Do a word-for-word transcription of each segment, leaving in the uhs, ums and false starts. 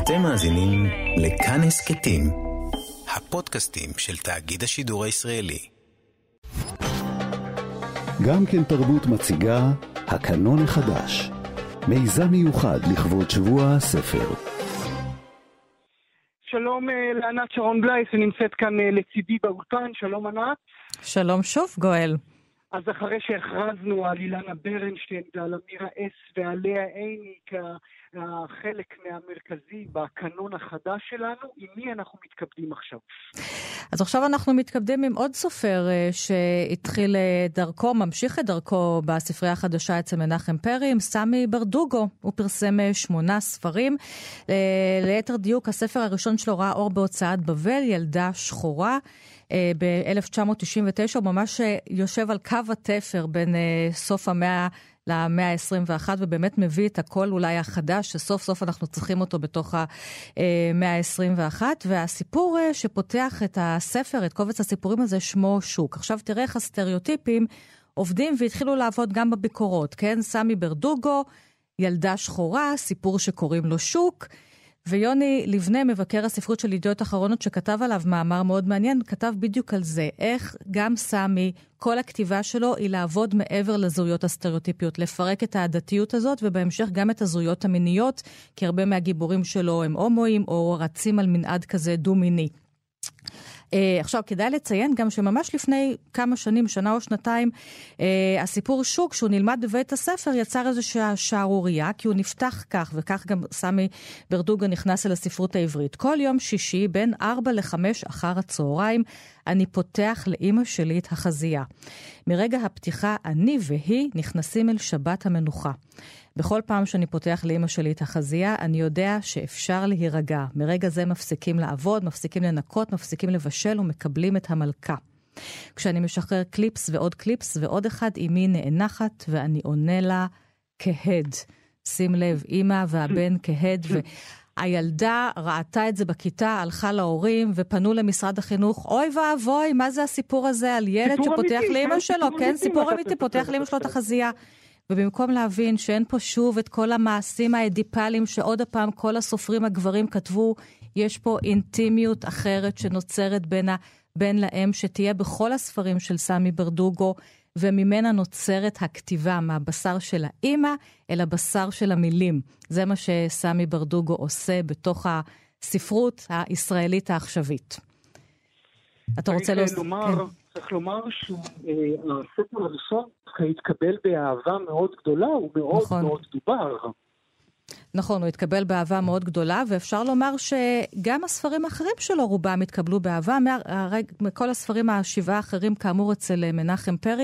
אתם מאזינים לכאן הסכתים, הפודקאסטים של תאגיד השידור הישראלי. גם כן תרבות מציגה הקנון החדש, מיזם מיוחד לכבוד שבוע הספר. שלום לענת שרון בלייס, שנמצאת כאן לצידי באולפן. שלום ענת. שלום שוב גואל. אז אחרי שהכרזנו על אילנה ברנשטיין ועל אמירה אס ועל לאה עיני כחלק מהמרכזי בקנון החדש שלנו, עם מי אנחנו מתכבדים עכשיו? אז עכשיו אנחנו מתכבדים עם עוד סופר שהתחיל דרכו, ממשיך את דרכו בספרייה החדשה אצל מנחם פרי, עם סמי ברדוגו. הוא פרסם שמונה ספרים. ליתר דיוק, הספר הראשון שלו ראה אור בהוצאת בבל, ילדה שחורה. ב-אלף תשע מאות תשעים ותשע הוא ממש יושב על קו התפר בין סוף המאה למאה ה-עשרים ואחת, ובאמת מביא את הכל אולי החדש, שסוף סוף אנחנו צריכים אותו בתוך המאה ה-עשרים ואחת, והסיפור שפותח את הספר, את קובץ הסיפורים הזה, שמו שוק. עכשיו תראה איך הסטריאוטיפים עובדים והתחילו לעבוד גם בביקורות, כן? סמי ברדוגו, ילדה שחורה, סיפור שקוראים לו שוק, ויוני לבנה, מבקר הספרות של ידיעות אחרונות, שכתב עליו מאמר מאוד מעניין, כתב בדיוק על זה, איך גם סמי, כל הכתיבה שלו היא לעבוד מעבר לזהויות הסטריאוטיפיות, לפרק את העדתיות הזאת, ובהמשך גם את הזהויות המיניות, כי הרבה מהגיבורים שלו הם הומואים, או רצים על מנעד כזה דו-מיני. Uh, עכשיו, כדאי לציין גם שממש לפני כמה שנים, שנה או שנתיים, uh, הסיפור שוק, שהוא נלמד בבית הספר, יצר איזושהי שערורייה, כי הוא נפתח כך, וכך גם סמי ברדוגו נכנס אל הספרות העברית. כל יום שישי, בין ארבע לחמש אחר הצהריים, אני פותח לאמא שלי את החזייה. מרגע הפתיחה, אני והיא נכנסים אל שבת המנוחה. בכל פעם שאני פותח לאמא שלי את החזייה, אני יודע שאפשר להירגע. מרגע זה מפסיקים לעבוד, מפסיקים לנקות, מפסיקים לבשל ומקבלים את המלכה. כשאני משחרר קליפס ועוד קליפס ועוד אחד, אמי נאנחת ואני עונה לה כהד. שים לב, אמא והבן כהד, והילדה ראתה את זה בכיתה, הלכה להורים ופנו למשרד החינוך, אוי ואבוי, מה זה הסיפור הזה על ילד שפותח לאמא שלו? כן, סיפור אמיתי, פותח לאמא שלו את החזייה. ובמקום להבין שאין פה שוב את כל המעשים האדיפליים שעוד הפעם כל הסופרים הגברים כתבו, יש פה אינטימיות אחרת שנוצרת בין הבן לאם, שתהיה בכל הספרים של סמי ברדוגו, וממנה נוצרת הכתיבה מהבשר של האמא אל הבשר של המילים. זה מה שסמי ברדוגו עושה בתוך הספרות הישראלית העכשווית. אתה רוצה להוסיף? צריך לומר שהספר הראשון התקבל באהבה מאוד גדולה, הוא מאוד נכון. מאוד דובר. נכון, הוא התקבל באהבה מאוד גדולה, ואפשר לומר שגם הספרים האחרים שלו רובם התקבלו באהבה, מכל הספרים השבעה האחרים כאמור אצל מנחם פרי,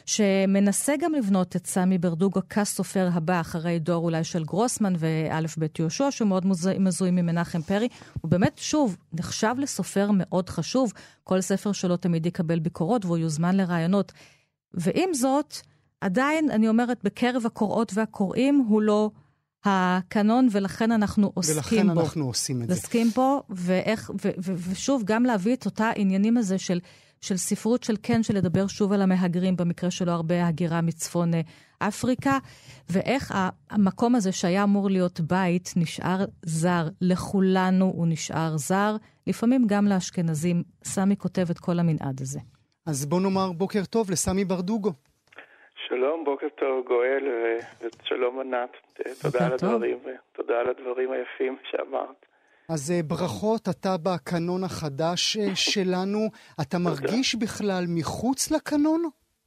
שמנסה גם לבנות את סמי ברדוגו כסופר הבא, אחרי דור אולי של גרוסמן ואלף בית יהושע, שהוא מאוד מזוהים ממנחם פרי. הוא באמת, שוב, נחשב לסופר מאוד חשוב, כל ספר שלו תמיד יקבל ביקורות, והוא יוזמן לרעיונות. ועם זאת, עדיין, אני אומרת, בקרב הקוראות והקוראים, הוא לא הקנון, ולכן אנחנו עוסקים ולכן בו. אנחנו עושים את זה. עוסקים בו, ואיך, ו, ו, ושוב, גם להביא את אותה עניינים הזה של, של ספרות של כן, של לדבר שוב על המהגרים, במקרה שלו הרבה הגירה מצפון אפריקה, ואיך המקום הזה שהיה אמור להיות בית, נשאר זר. לכולנו הוא נשאר זר, לפעמים גם לאשכנזים. סמי כותב את כל המנעד הזה. אז בוא נאמר בוקר טוב לסמי ברדוגו. שלום, בוקר טוב גואל, ושלום ענת, תודה על הדברים, ותודה על הדברים היפים שאמרת. אז ברכות, אתה בקנון החדש שלנו, אתה מרגיש בכלל מחוץ לקנון?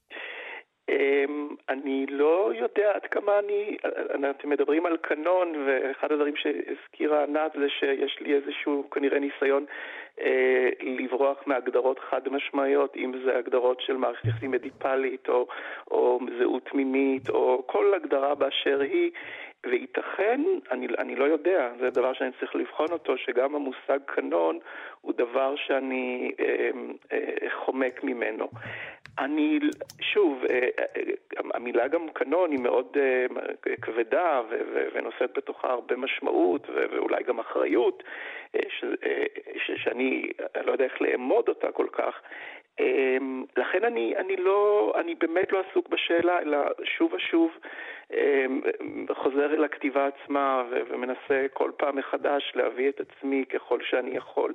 אני לא יודע עד כמה אני, אתם מדברים על קנון, ואחד הדברים שהזכירה ענת זה שיש לי איזשהו כנראה ניסיון אה, לברוח מהגדרות חד משמעיות, אם זה הגדרות של מערכת יחסים אדיפלית או, או זהות מינית או כל הגדרה באשר היא, וייתכן, אני, אני לא יודע, זה דבר שאני צריך לבחון אותו, שגם המושג קנון הוא דבר שאני אה, אה, חומק ממנו. אני, שוב, המילה גם קנון היא מאוד כבדה ונושאת בתוכה הרבה משמעות ואולי גם אחריות, שאני לא יודע איך לאמוד אותה כל כך. לכן אני, אני לא, אני באמת לא עסוק בשאלה, אלא שוב ושוב חוזר אל הכתיבה עצמה ו- ומנסה כל פעם מחדש להביא את עצמי ככל שאני יכול.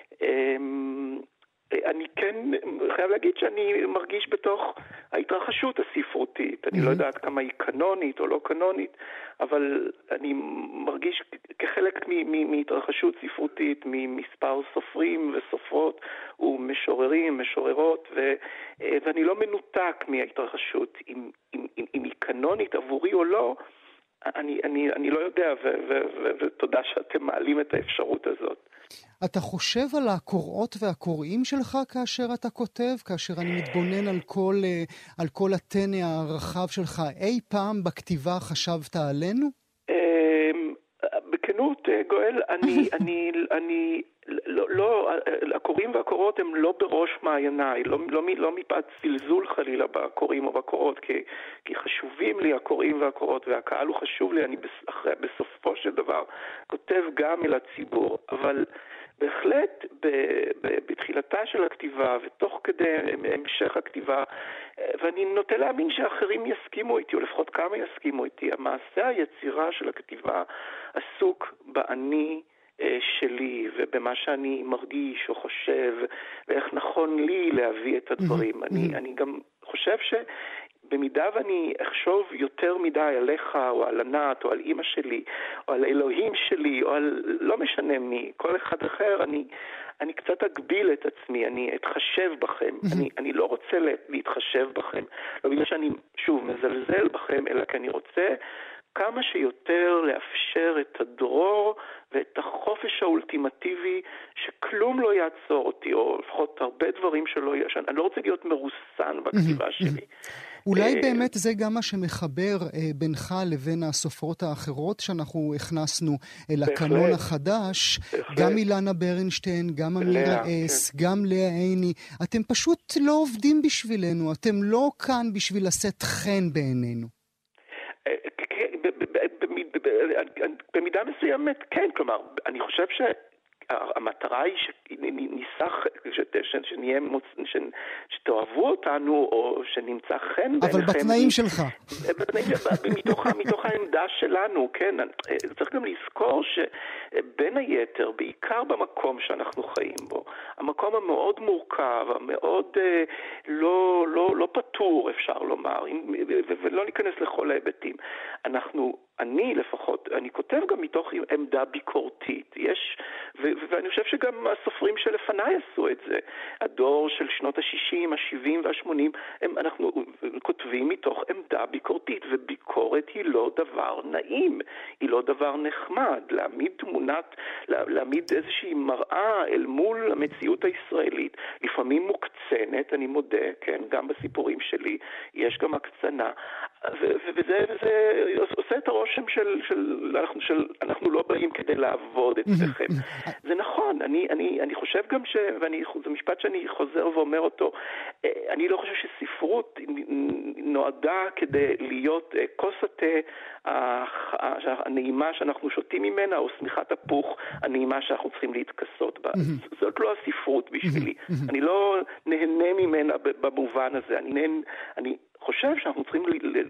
אני כן חייב להגיד שאני מרגיש בתוך ההתרחשות הספרותית. אני לא יודעת כמה היא קנונית או לא קנונית, אבל אני מרגיש כחלק מהתרחשות ספרותית, ממספר סופרים וסופרות ומשוררים, משוררות, ו, ואני לא מנותק מההתרחשות. אם, אם, אם, אם היא קנונית עבורי או לא, אני, אני, אני לא יודע, ו, ו, ו, ותודה שאתם מעלים את האפשרות הזאת. אתה חושב על הקוראות והקוראים שלך כאשר אתה כותב, כאשר אני מתבונן על כל, על כל הטנא הרחב שלך, אי פעם בכתיבה חשבת עלינו? בכנות, גואל, אני, אני, אני, לא, לא, הקוראים והקוראות הם לא בראש מעייניי, לא, לא, לא מפאת זלזול חלילה בקוראים או בקוראות, כי, כי חשובים לי הקוראים והקוראות, והקהל הוא חשוב לי, אני אחרי, בסופו של דבר כותב גם אל הציבור, אבל בהחלט בתחילתה של הכתיבה ותוך כדי המשך הכתיבה, ואני נוטה להאמין שאחרים יסכימו איתי, או לפחות כמה יסכימו איתי, המעשה היצירה של הכתיבה עסוק באני שלי ובמה שאני מרגיש או חושב, ואיך נכון לי להביא את הדברים. אני, אני גם חושב ש... במידה ואני אחשוב יותר מדי עליך או על ענת או על אמא שלי או על אלוהים שלי או על לא משנה מי, כל אחד אחר, אני, אני קצת אגביל את עצמי, אני אתחשב בכם. אני, אני לא רוצה להתחשב בכם, לא בגלל שאני שוב מזלזל בכם, אלא כי אני רוצה כמה שיותר לאפשר את הדרור ואת החופש האולטימטיבי שכלום לא יעצור אותי, או לפחות הרבה דברים שלא יעשן. אני לא רוצה להיות מרוסן בכתיבה שלי. אולי באמת זה גם מה שמחבר בינך לבין הסופרות האחרות שאנחנו הכנסנו לקנון החדש, גם אילנה ברנשטיין, גם אמירה אס, גם לאה עיני. אתם פשוט לא עובדים בשבילנו, אתם לא כאן בשביל לשאת חן בעינינו. במידה מסוימת כן, כלומר, אני חושב ש... המטרה היא שניסח, שנהיה, שתאהבו אותנו, או שנמצא חן ביניכם. אבל בתנאים שלך. מתוך העמדה שלנו, כן. צריך גם לזכור שבין היתר, בעיקר במקום שאנחנו חיים בו, המקום המאוד מורכב, המאוד לא, לא, לא פתור, אפשר לומר, ולא ניכנס לכל ההיבטים. אנחנו, אני לפחות, אני כותב גם מתוך עמדה ביקורתית. יש, ו, ואני חושב שגם הסופרים שלפניי עשו את זה. הדור של שנות ה-שישים, ה-שבעים וה-שמונים, הם, אנחנו כותבים מתוך עמדה ביקורתית, וביקורת היא לא דבר נעים, היא לא דבר נחמד. להעמיד תמונת, לה, להעמיד איזושהי מראה אל מול המציאות הישראלית, לפעמים מוקצנת, אני מודה, כן, גם בסיפורים שלי, יש גם הקצנה, ו- וזה, וזה עושה את הרושם של, של, אנחנו, של, אנחנו לא באים כדי לעבוד אצלכם. זה נכון, אני, אני, אני חושב גם ש, ואני, זה משפט שאני חוזר ואומר אותו, אני לא חושב שספרות נועדה כדי להיות כוס התה הנעימה שאנחנו שותים ממנה, או סמיכת הפוך הנעימה שאנחנו צריכים להתכסות בה. זאת לא הספרות בשבילי. אני לא נהנה ממנה במובן הזה. אני נהנה, אני חושב שאנחנו צריכים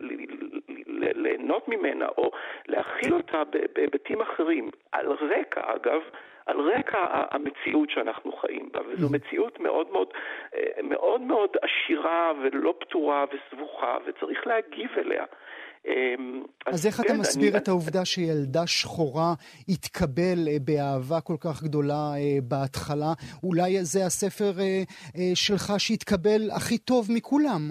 ליהנות ממנה, או להכיל אותה בהיבטים אחרים. על רקע, אגב, על רקע המציאות שאנחנו חיים בה, וזו מציאות מאוד מאוד, מאוד מאוד עשירה ולא פתורה וסבוכה, וצריך להגיב אליה. אז איך אתה מסביר את העובדה שילדה שחורה התקבל באהבה כל כך גדולה בהתחלה? אולי זה הספר שלך שהתקבל הכי טוב מכולם?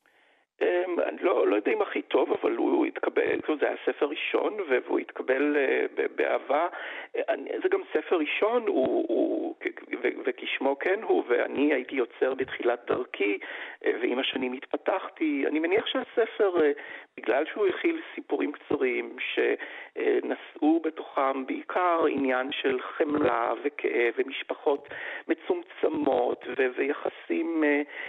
אני לא, לא יודע אם הכי טוב, אבל הוא התקבל, זה היה ספר ראשון, והוא התקבל באהבה. זה גם ספר ראשון, הוא, הוא, וכשמו כן הוא, ואני הייתי יוצר בתחילת דרכי, ועם השנים התפתחתי. אני מניח שהספר, בגלל שהוא הכיל סיפורים קצרים, שנשאו בתוכם בעיקר עניין של חמלה וכאב, ומשפחות מצומצמות, ויחסים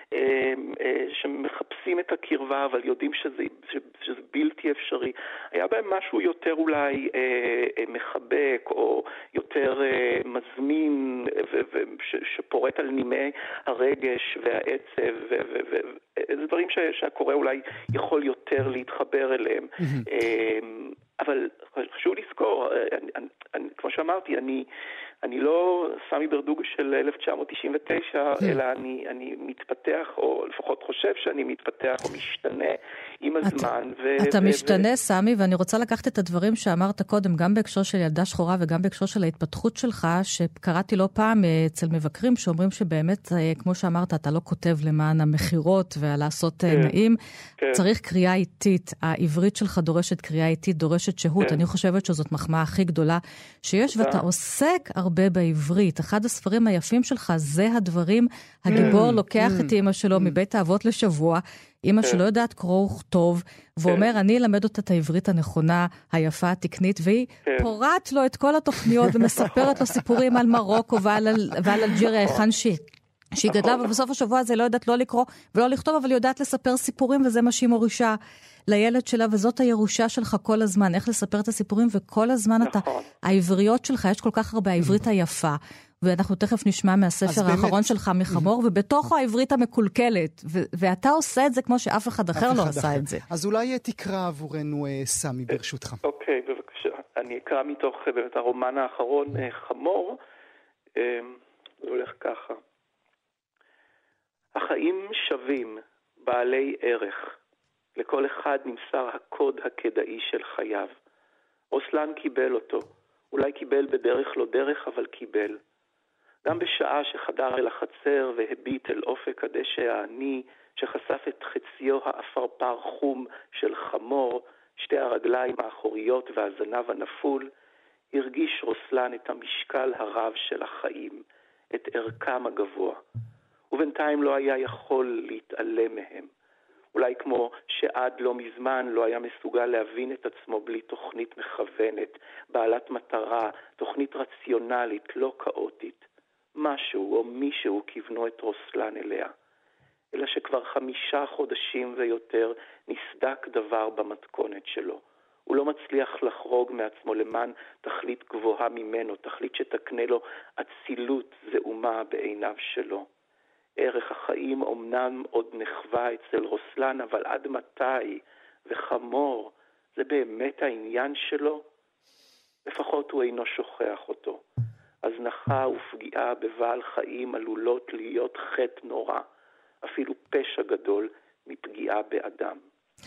שמחפשים את הקרבה, אבל יודעים שזה, שזה בלתי אפשרי. היה בהם משהו יותר אולי מחבק, או או יותר מזמין שפורט על נימי הרגש והעצב, וזה דברים שהקורא אולי יכול יותר להתחבר אליהם. אבל חשוב לזכור, כמו שאמרתי, אני אני לא סמי ברדוגו של אלף תשע מאות תשעים ותשע, אלא אני, אני מתפתח, או לפחות חושב שאני מתפתח או משתנה עם הזמן. אתה, ו- אתה ו- משתנה, ו- סמי, ואני רוצה לקחת את הדברים שאמרת קודם, גם בהקשר של ילדה שחורה וגם בהקשר של ההתפתחות שלך, שקראתי לא פעם אצל מבקרים שאומרים שבאמת, כמו שאמרת, אתה לא כותב למען המחירות ולעשות כן, נעים. כן. צריך קריאה איטית. העברית שלך דורשת קריאה איטית, דורשת שהות. כן. אני חושבת שזאת מחמאה הכי גדולה שיש, ואתה עוסק הרבה בעברית. אחד הספרים היפים שלך זה הדברים, הגיבור לוקח את אמא שלו מבית האבות לשבוע, אמא שלו יודעת קרוא וכתוב, ואומר, אני אלמד אותה את העברית הנכונה, היפה, התקנית, והיא פורט לו את כל התוכניות, ומספרת לו סיפורים על מרוקו ועל אלג'יריה, היכן שהיא. שהיא גדלה, ובסוף השבוע הזה לא יודעת לא לקרוא ולא לכתוב, אבל היא יודעת לספר סיפורים, וזה מה שהיא מורישה לילד שלה, וזאת הירושה שלך כל הזמן, איך לספר את הסיפורים, וכל הזמן אתה, העבריות שלך, יש כל כך הרבה העברית היפה, ואנחנו תכף נשמע מהספר האחרון שלך מחמור, ובתוכו העברית המקולקלת, ואתה עושה את זה כמו שאף אחד אחר לא עושה את זה. אז אולי תקרא עבורנו, סמי, ברשותך. אוקיי, בבקשה. אני אקרא מתוך באמת הרומן האחרון, חמור, זה הולך ככה. החיים שווים, בעלי ערך. לכל אחד נמסר הקוד הכדאי של חייו. רוסלן קיבל אותו. אולי קיבל בדרך לא דרך, אבל קיבל. גם בשעה שחדר אל החצר והביט אל אופק הדשא העני, שחשף את חציו האפרפר חום של חמור, שתי הרגליים האחוריות והזנב הנפול, הרגיש רוסלן את המשקל הרב של החיים, את ערכם הגבוה. ובינתיים לא היה יכול להתעלם מהם. אולי כמו שעד לא מזמן לא היה מסוגל להבין את עצמו בלי תוכנית מכוונת, בעלת מטרה, תוכנית רציונלית, לא כאוטית. משהו או מישהו כיוונו את רוסלן אליה. אלא שכבר חמישה חודשים ויותר נסדק דבר במתכונת שלו. הוא לא מצליח לחרוג מעצמו למען תכלית גבוהה ממנו, תכלית שתקנה לו אצילות זעומה בעיניו שלו. ערך החיים אומנם עוד נחווה אצל רוסלן, אבל עד מתי? וחמור, זה באמת העניין שלו? לפחות הוא אינו שוכח אותו. הזנחה ופגיעה בבעל חיים עלולות להיות חטא נורא, אפילו פשע גדול מפגיעה באדם.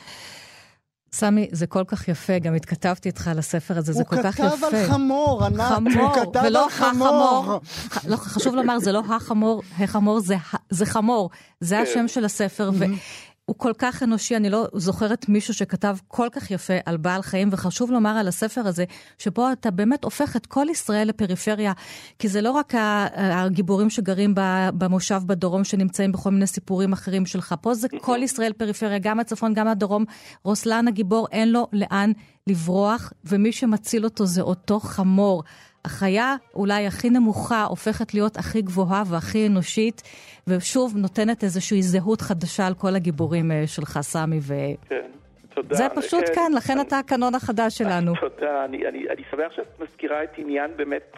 סמי, זה כל כך יפה, גם התכתבתי איתך על הספר הזה, זה כל כך יפה. הוא כתב על חמור, ענת, חמור, הוא כתב ולא על חמור. לא, חשוב לומר, זה לא החמור, החמור זה, זה חמור, זה השם של הספר, והוא כל כך אנושי, אני לא זוכרת מישהו שכתב כל כך יפה על בעל חיים, וחשוב לומר על הספר הזה, שבו אתה באמת הופך את כל ישראל לפריפריה, כי זה לא רק הגיבורים שגרים במושב בדרום, שנמצאים בכל מיני סיפורים אחרים שלך, פה זה כל ישראל פריפריה, גם הצפון, גם הדרום. רוסלן הגיבור אין לו לאן לברוח, ומי שמציל אותו זה אותו חמור. החיה אולי הכי נמוכה הופכת להיות הכי גבוהה והכי אנושית, ושוב נותנת איזושהי זהות חדשה על כל הגיבורים שלך, סמי. ו... כן, תודה. זה פשוט כן, כאן, לכן אתה הקנון החדש שלנו. תודה, אני, אני, אני שמח שאת מזכירה את עניין באמת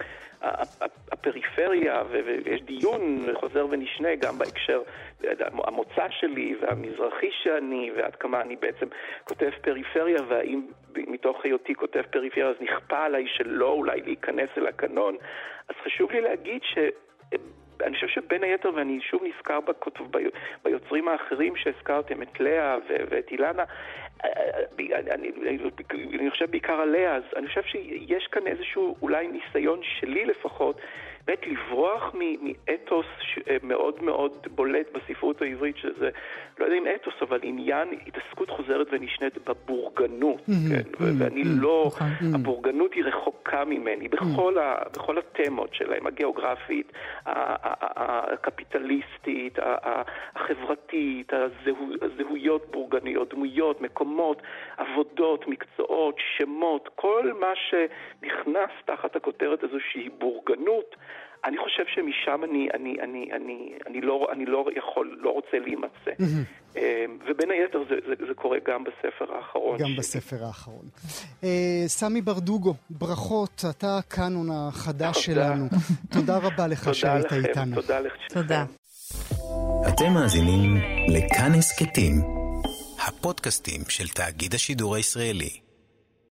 הפריפריה, ויש דיון חוזר ונשנה גם בהקשר המוצא שלי והמזרחי שאני, ועד כמה אני בעצם כותב פריפריה, והאם מתוך היותי כותב פריפריה אז נכפה עליי שלא אולי להיכנס אל הקנון. אז חשוב לי להגיד ש... אני חושב שבין היתר, ואני שוב נזכר בכותב, ביוצרים האחרים שהזכרתם, את לאה ואת אילנה, אני, אני, אני חושב בעיקר על לאה, אז אני חושב שיש כאן איזשהו אולי ניסיון שלי לפחות, באמת לברוח מאתוס מאוד מאוד בולט בספרות העברית, שזה, לא יודע אם אתוס, אבל עניין התעסקות חוזרת ונשנית בבורגנות, ואני לא, הבורגנות היא רחוקה ממני, בכל התמות שלהם, הגיאוגרפית, הקפיטליסטית, החברתית, הזהויות בורגניות, דמויות, מקומות, מקומות, עבודות, מקצועות, שמות, כל מה שנכנס תחת הכותרת הזו שהיא בורגנות, אני חושב שמשם אני, אני, אני, אני, אני לא, אני לא יכול, לא רוצה להימצא. Mm-hmm. ובין היתר זה, זה, זה קורה גם בספר האחרון. גם שלי. בספר האחרון. סמי ברדוגו, ברכות, אתה הקאנון החדש שלנו. תודה רבה לך שהיית איתנו. תודה לך. תודה. אתם מאזינים לכאן הסכתים, הפודקאסטים של תאגיד השידור הישראלי.